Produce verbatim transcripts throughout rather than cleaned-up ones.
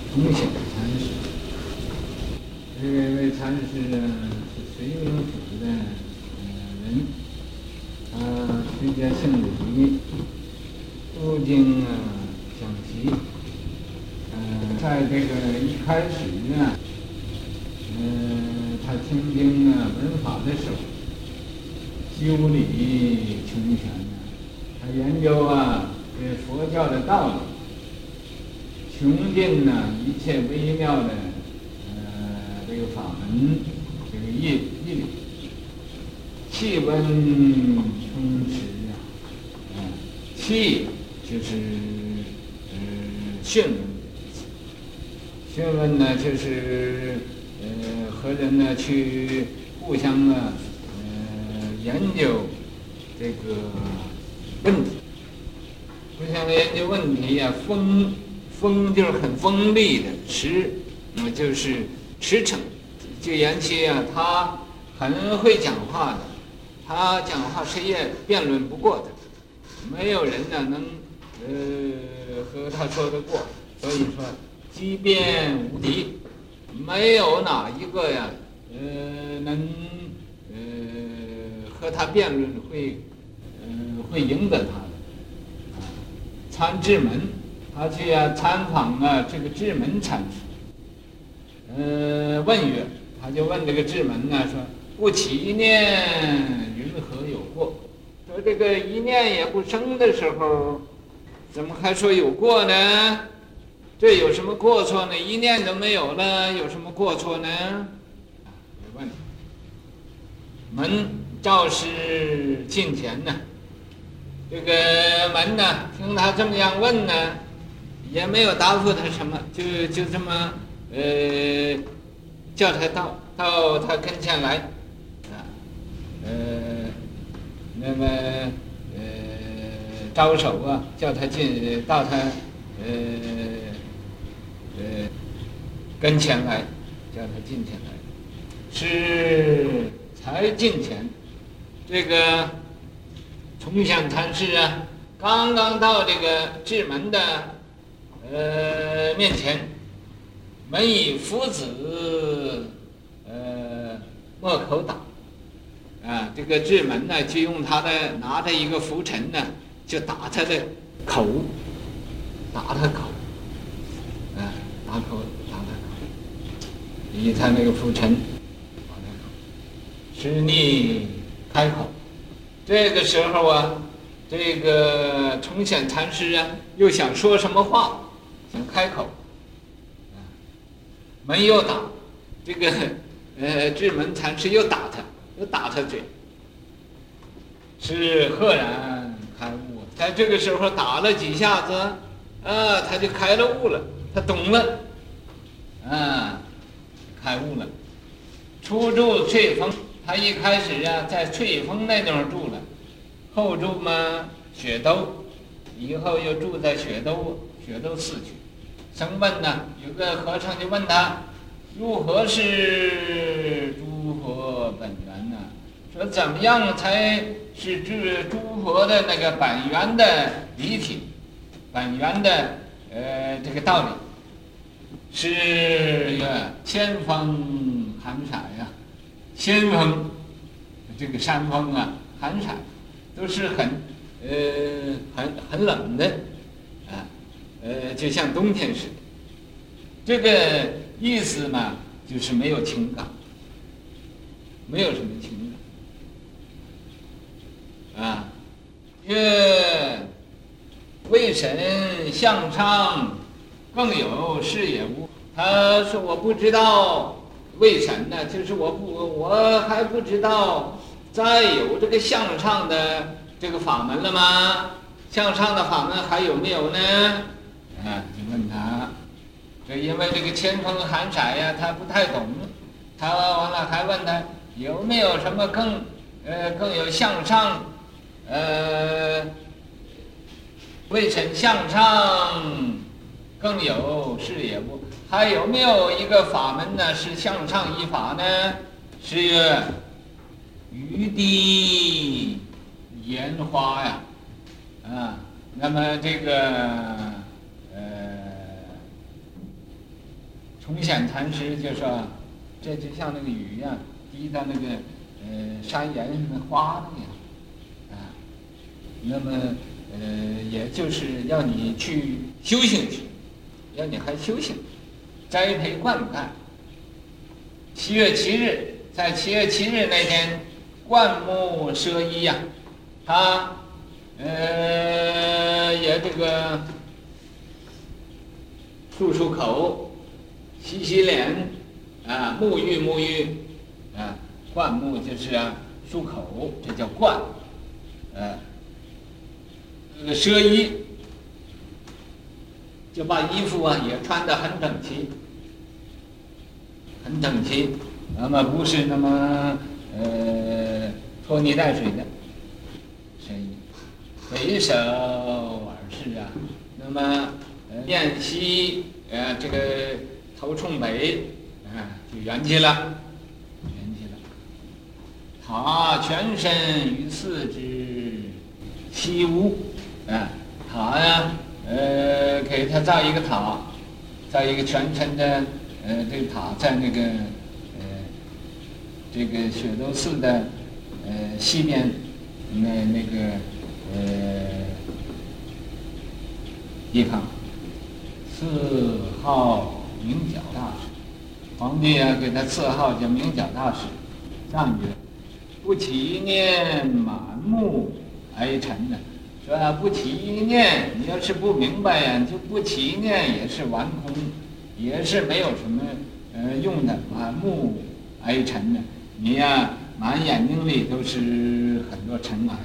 空显禅师，这位禅师呢是绥宁府的人，他出家姓李，入京啊讲习。呃，在这个一开始呢，呃，他听经啊闻法的时候，修理穷玄呢，他研究啊这佛教的道理。穷尽呢一切微妙的呃这个法门，这个义义理，气温充实啊，啊、呃，气就是呃讯问的意思，讯问呢就是呃和人呢去互相啊呃研究这个问题，互相研究问题呀、啊，风。锋就是很锋利的，驰，嗯，就是驰骋。就延期啊，他很会讲话的，他讲话谁也辩论不过他，没有人呢能呃和他说得过。所以说，机辩无敌，没有哪一个呀，呃能呃和他辩论会呃会赢得他的。参智门。他去啊参访啊这个智门禅师，呃问曰，他就问这个智门呢说：不起一念，云何有过？说这个一念也不生的时候，怎么还说有过呢？这有什么过错呢？一念都没有了，有什么过错呢？啊，问门照是近前呢，这个门呢听他这么样问呢。也没有答复他什么，就就这么，呃，叫他到到他跟前来，啊，呃，那么呃招手啊，叫他进到他呃呃跟前来，叫他进前来，是才进前，这个从想禅师啊，刚刚到这个智门的。呃，面前，门以夫子，呃，莫口打，啊，这个智门呢，就用他的拿着一个拂尘呢，就打他的口，打他口，啊，打口打他口，以他那个拂尘打他口，使逆开口。这个时候啊，这个崇显禅师啊，又想说什么话。想开口，啊，门又打，这个呃智门禅师又打他，又打他嘴，是赫然开悟。在这个时候打了几下子，啊，他就开了悟了，他懂了，啊，开悟了。初住翠峰，他一开始啊在翠峰那地方住了，后住嘛雪兜，以后又住在雪兜雪兜寺去。生问呢，有个和尚就问他，如何是诸佛本源呢？说怎么样才是诸诸佛的那个本源的理体，本源的呃这个道理，是呀，千峰寒闪呀，千峰这个山峰啊，寒闪都是很呃很很冷的。呃，就像冬天似的，这个意思嘛，就是没有情感，没有什么情感啊。曰：为神向上，更有是也无。他说我不知道为神呢，就是我不我还不知道再有这个向上的这个法门了吗？向上的法门还有没有呢？啊，就问他，这因为这个千峰寒闪呀，他不太懂，他完了还问他有没有什么更呃更有向上，呃，为神向上更有是也不，还有没有一个法门呢？是向上一法呢？是曰余滴烟花呀，啊，那么这个。 崇显禅师就说，这就像那个雨呀、啊，滴到那个呃山岩上的花那样啊。那么呃，也就是要你去修行去，要你还修行，栽培灌溉。七月七日，在七月七日那天，灌木奢衣呀、啊，他呃也这个漱漱口，洗洗脸，啊，沐浴沐浴，啊，灌木就是啊漱口，这叫灌，呃，这个奢衣，就把衣服啊也穿得很整齐。很整齐，那么不是那么呃拖泥带水的，所以回首而视啊，那么呃面西呃这个头冲北啊、呃、就圆寂了，圆寂了。他全身于四肢西屋啊，塔呀呃给他造一个塔，造一个全身的。呃，这个塔在那个呃这个雪窦寺的呃西边，那那个呃地方，赐号明角大师。皇帝啊，给他赐号叫明角大师。上曰：不起念，满目哀沉呢。说啊，不起一念，你要是不明白呀，就不起一念也是完空。也是没有什么呃用的，满目哀尘的，你呀满眼睛里都是很多尘埃，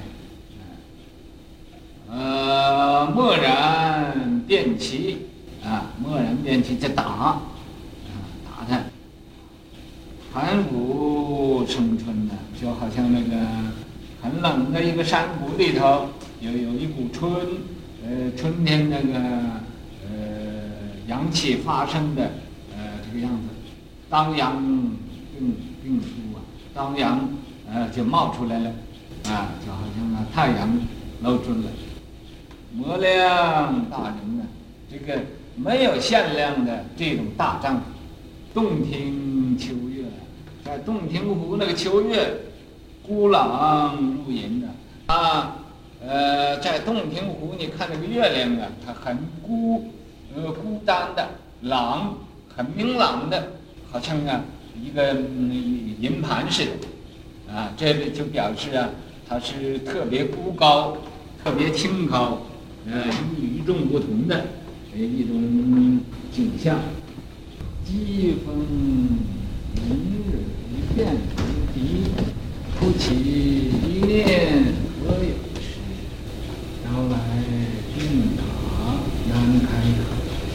呃，默然便其啊，默然便其就打，啊打他，寒谷生春呢，就好像那个很冷的一个山谷里头有有一股春，呃春天那个呃。阳气发生的，呃，这个样子，当阳并并出啊，当阳呃就冒出来了，啊，就好像那太阳露出了。模量大人呢，这个没有限量的这种大丈夫，洞庭秋月，在洞庭湖那个秋月，孤朗入银的啊，呃，在洞庭湖你看那个月亮啊，它很孤。呃，孤单的，朗，很明朗的，好像啊一个、嗯、银盘似的，啊，这里就表示啊，它是特别孤高、特别清高，呃，与众不同的一种景象。季风明日变无敌，不起一念何有时？到来病塔难开口。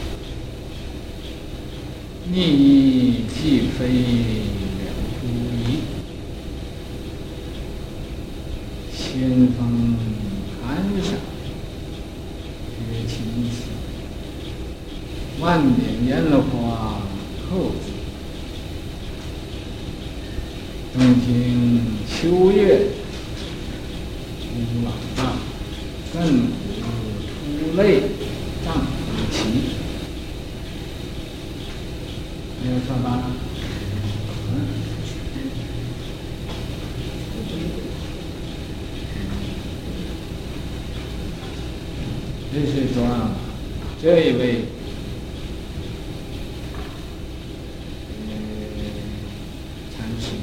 逆既非了不疑，千峰寒山绝情思，万点烟花后子，洞庭秋月孤朗荡，亘古出泪丈夫齐。没有错吧？嗯，这是说啊，这一位呃禅师，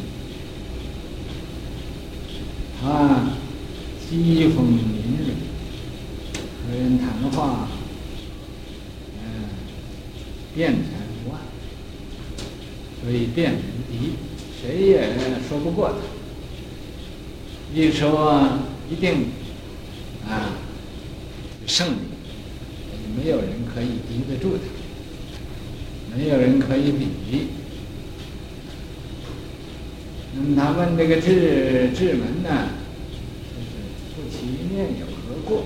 他机锋敏锐，和人谈话，嗯、呃，辩才无碍。所以辩人敌，谁也说不过他。一说一定啊胜利，没有人可以敌得住他，没有人可以比。那么他问这个智智门呢，就是不起一念有何过？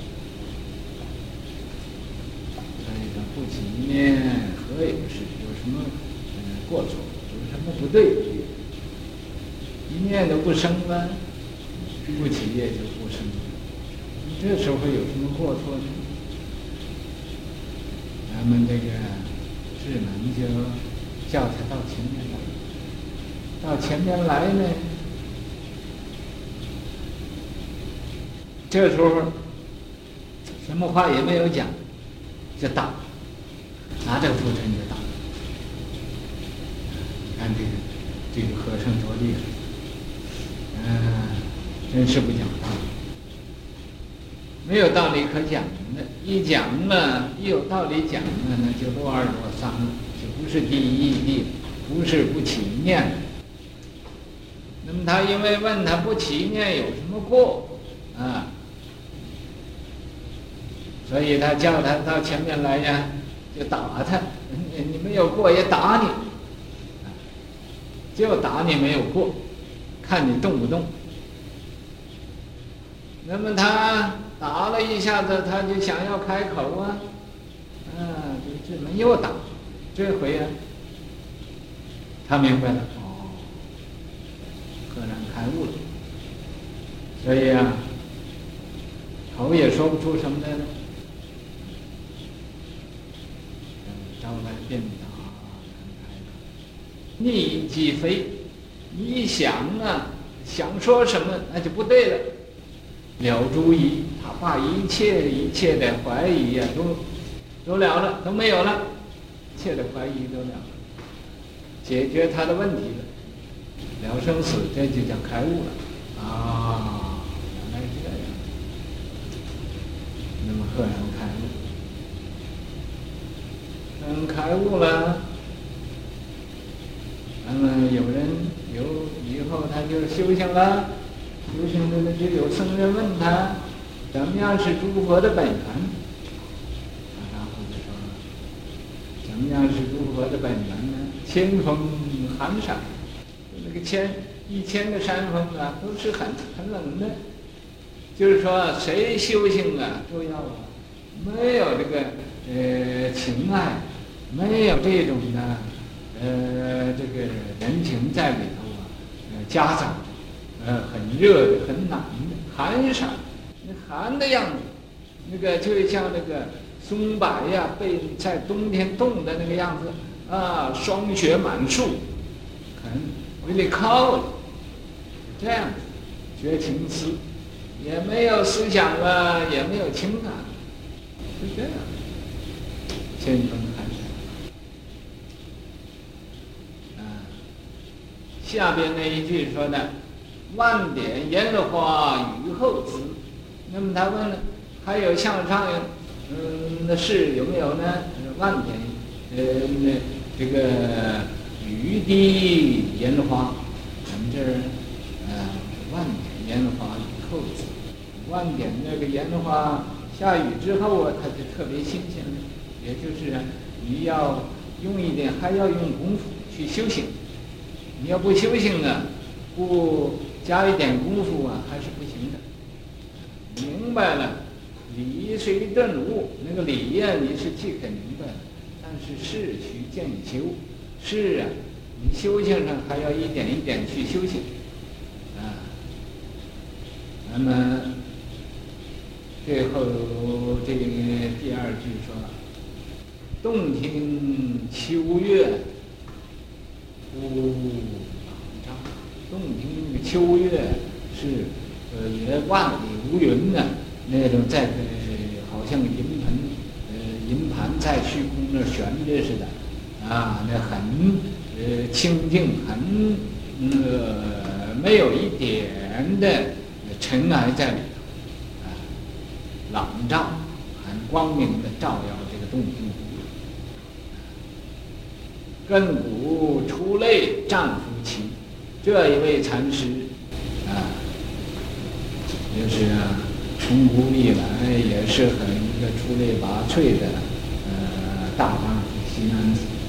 所以说不起一念何有事？有什么？过错有什么不对？一念都不生了，不起业就不生了。这时候有什么过错呢？咱们这个智门就叫他到前面来。到前面来呢，这时候什么话也没有讲，就打，拿这个拂尘就打。看这个这个和尚多厉害，嗯，真是不讲道理，没有道理可讲的，一讲了，一有道理讲了，那就落二落三了，就不是第一义谛，不是不起念。那么他因为问他不起念有什么过啊，所以他叫他到前面来呀，就打他，你你没有过也打你，就打你没有过，看你动不动。那么他打了一下子，他就想要开口啊，啊，这这门又打，这回啊，他明白了，哦，赫然开悟了，所以啊，口也说不出什么来了，招来便打，逆即非，你想啊，想说什么那就不对了。了诸疑，他把一切一切的怀疑呀、啊，都都了了，都没有了，一切的怀疑都了了，解决他的问题了，了生死，这就叫开悟了啊！原来这样，那么赫然开悟，嗯，开悟了，那么有人有以后他就修行了。修行的就有僧人问他，怎么样是诸佛的本源？然后就说，怎么样是诸佛的本源呢？千峰寒山，那个千一千个山峰啊，都是很很冷的。就是说，谁修行啊，都要没有这个呃情爱，没有这种的呃这个人情在里头啊，呃夹杂。呃，很热的，很冷的，寒山，那寒的样子，那个就像那个松柏呀，被在冬天冻的那个样子啊，霜雪满树，很为你靠了，这样子，绝情思，也没有思想啊，也没有情感，是这样，千峰寒山，啊，下边那一句说的。万点烟花雨后滋，那么他问了，还有向上嗯的事有没有呢？万点呃那这个雨滴烟花，咱们这儿呃万点烟花雨后滋，万点那个烟花下雨之后啊，它就特别新鲜了，也就是你要用一点，还要用功夫去修行，你要不修行啊，不加一点功夫啊，还是不行的。明白了，理虽顿悟，那个理呀、啊，你是既可明白了，但是事须渐修。是啊，你修行上还要一点一点去修行啊。那么最后这个第二句说：“洞庭秋月忽朗照。”洞庭那个秋月是呃也万里无云的那种，在好像银盆呃银盘在虚空那悬着似的啊，那很呃清净，很呃没有一点的尘埃在里头啊，朗照，很光明的照耀这个洞庭湖。亘古出类丈夫妻。这一位禅师啊，也是啊，从古以来也是很一个出类拔萃的呃大丈夫西安子。